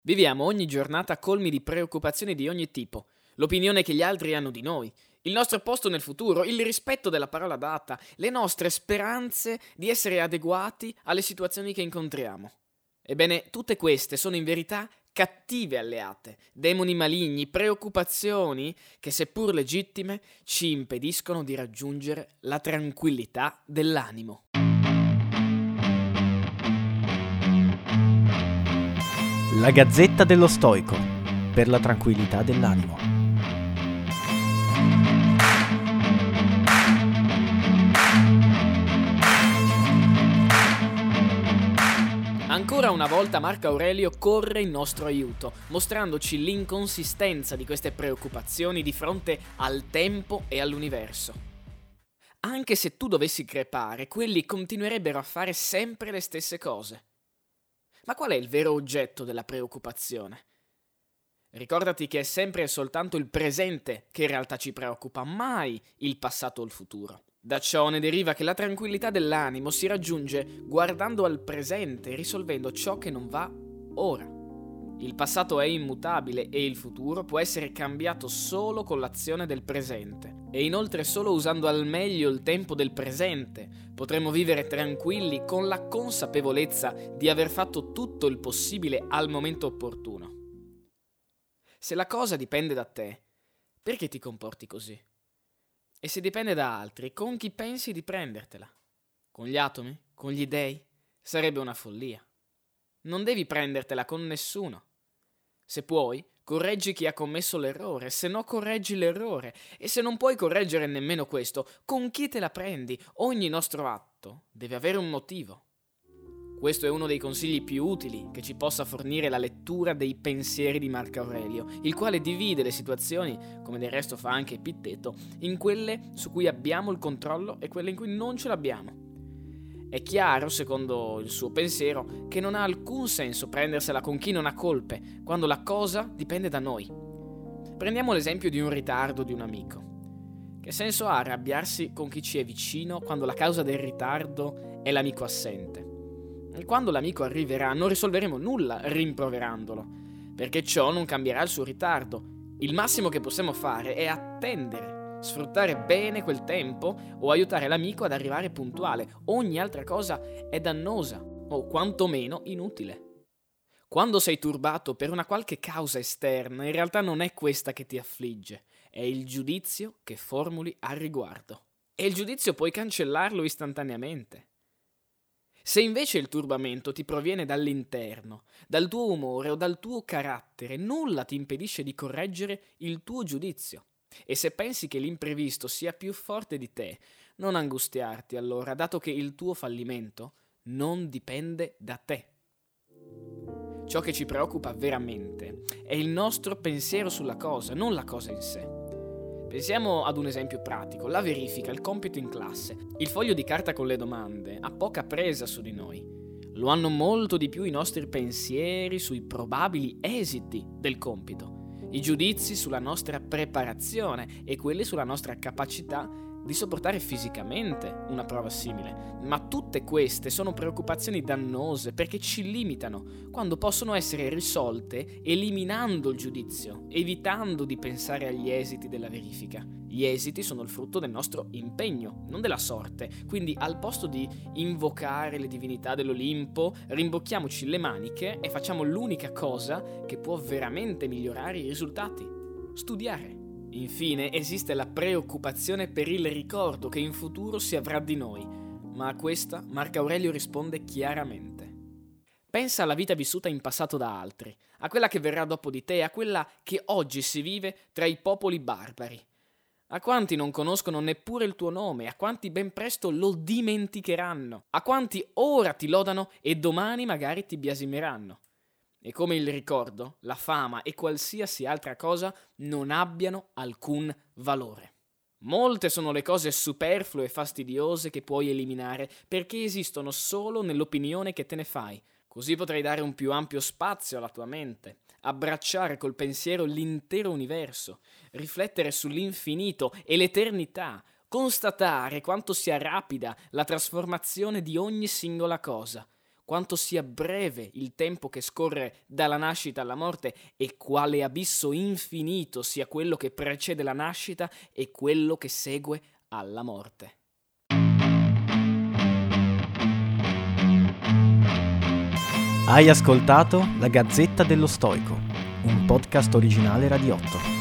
Viviamo ogni giornata colmi di preoccupazioni di ogni tipo, l'opinione che gli altri hanno di noi, il nostro posto nel futuro, il rispetto della parola data, le nostre speranze di essere adeguati alle situazioni che incontriamo. Ebbene, tutte queste sono in verità cattive alleate, demoni maligni, preoccupazioni che, seppur legittime, ci impediscono di raggiungere la tranquillità dell'animo. La Gazzetta dello Stoico, per la tranquillità dell'animo. Ancora una volta Marco Aurelio corre in nostro aiuto, mostrandoci l'inconsistenza di queste preoccupazioni di fronte al tempo e all'universo. Anche se tu dovessi crepare, quelli continuerebbero a fare sempre le stesse cose. Ma qual è il vero oggetto della preoccupazione? Ricordati che è sempre e soltanto il presente che in realtà ci preoccupa, mai il passato o il futuro. Da ciò ne deriva che la tranquillità dell'animo si raggiunge guardando al presente e risolvendo ciò che non va ora. Il passato è immutabile e il futuro può essere cambiato solo con l'azione del presente. E inoltre solo usando al meglio il tempo del presente potremo vivere tranquilli con la consapevolezza di aver fatto tutto il possibile al momento opportuno. Se la cosa dipende da te, perché ti comporti così? E se dipende da altri, con chi pensi di prendertela? Con gli atomi? Con gli dei? Sarebbe una follia. Non devi prendertela con nessuno. Se puoi, correggi chi ha commesso l'errore, se no correggi l'errore. E se non puoi correggere nemmeno questo, con chi te la prendi? Ogni nostro atto deve avere un motivo. Questo è uno dei consigli più utili che ci possa fornire la lettura dei pensieri di Marco Aurelio, il quale divide le situazioni, come del resto fa anche Epitteto, in quelle su cui abbiamo il controllo e quelle in cui non ce l'abbiamo. È chiaro, secondo il suo pensiero, che non ha alcun senso prendersela con chi non ha colpe, quando la cosa dipende da noi. Prendiamo l'esempio di un ritardo di un amico. Che senso ha arrabbiarsi con chi ci è vicino quando la causa del ritardo è l'amico assente? E quando l'amico arriverà non risolveremo nulla rimproverandolo, perché ciò non cambierà il suo ritardo. Il massimo che possiamo fare è attendere, sfruttare bene quel tempo o aiutare l'amico ad arrivare puntuale. Ogni altra cosa è dannosa o quantomeno inutile. Quando sei turbato per una qualche causa esterna, in realtà non è questa che ti affligge, è il giudizio che formuli al riguardo. E il giudizio puoi cancellarlo istantaneamente. Se invece il turbamento ti proviene dall'interno, dal tuo umore o dal tuo carattere, nulla ti impedisce di correggere il tuo giudizio. E se pensi che l'imprevisto sia più forte di te, non angustiarti allora, dato che il tuo fallimento non dipende da te. Ciò che ci preoccupa veramente è il nostro pensiero sulla cosa, non la cosa in sé. Pensiamo ad un esempio pratico, la verifica, il compito in classe. Il foglio di carta con le domande ha poca presa su di noi. Lo hanno molto di più i nostri pensieri sui probabili esiti del compito, i giudizi sulla nostra preparazione e quelli sulla nostra capacità di sopportare fisicamente una prova simile. Ma tutte queste sono preoccupazioni dannose perché ci limitano, quando possono essere risolte eliminando il giudizio, evitando di pensare agli esiti della verifica. Gli esiti sono il frutto del nostro impegno, non della sorte, quindi al posto di invocare le divinità dell'Olimpo, rimbocchiamoci le maniche e facciamo l'unica cosa che può veramente migliorare i risultati: studiare. Infine esiste la preoccupazione per il ricordo che in futuro si avrà di noi, ma a questa Marco Aurelio risponde chiaramente. Pensa alla vita vissuta in passato da altri, a quella che verrà dopo di te, a quella che oggi si vive tra i popoli barbari. A quanti non conoscono neppure il tuo nome, a quanti ben presto lo dimenticheranno, a quanti ora ti lodano e domani magari ti biasimeranno. E come il ricordo, la fama e qualsiasi altra cosa non abbiano alcun valore. Molte sono le cose superflue e fastidiose che puoi eliminare perché esistono solo nell'opinione che te ne fai. Così potrai dare un più ampio spazio alla tua mente, abbracciare col pensiero l'intero universo, riflettere sull'infinito e l'eternità, constatare quanto sia rapida la trasformazione di ogni singola cosa. quanto sia breve il tempo che scorre dalla nascita alla morte e quale abisso infinito sia quello che precede la nascita e quello che segue alla morte. Hai ascoltato La Gazzetta dello Stoico, un podcast originale Radio 8.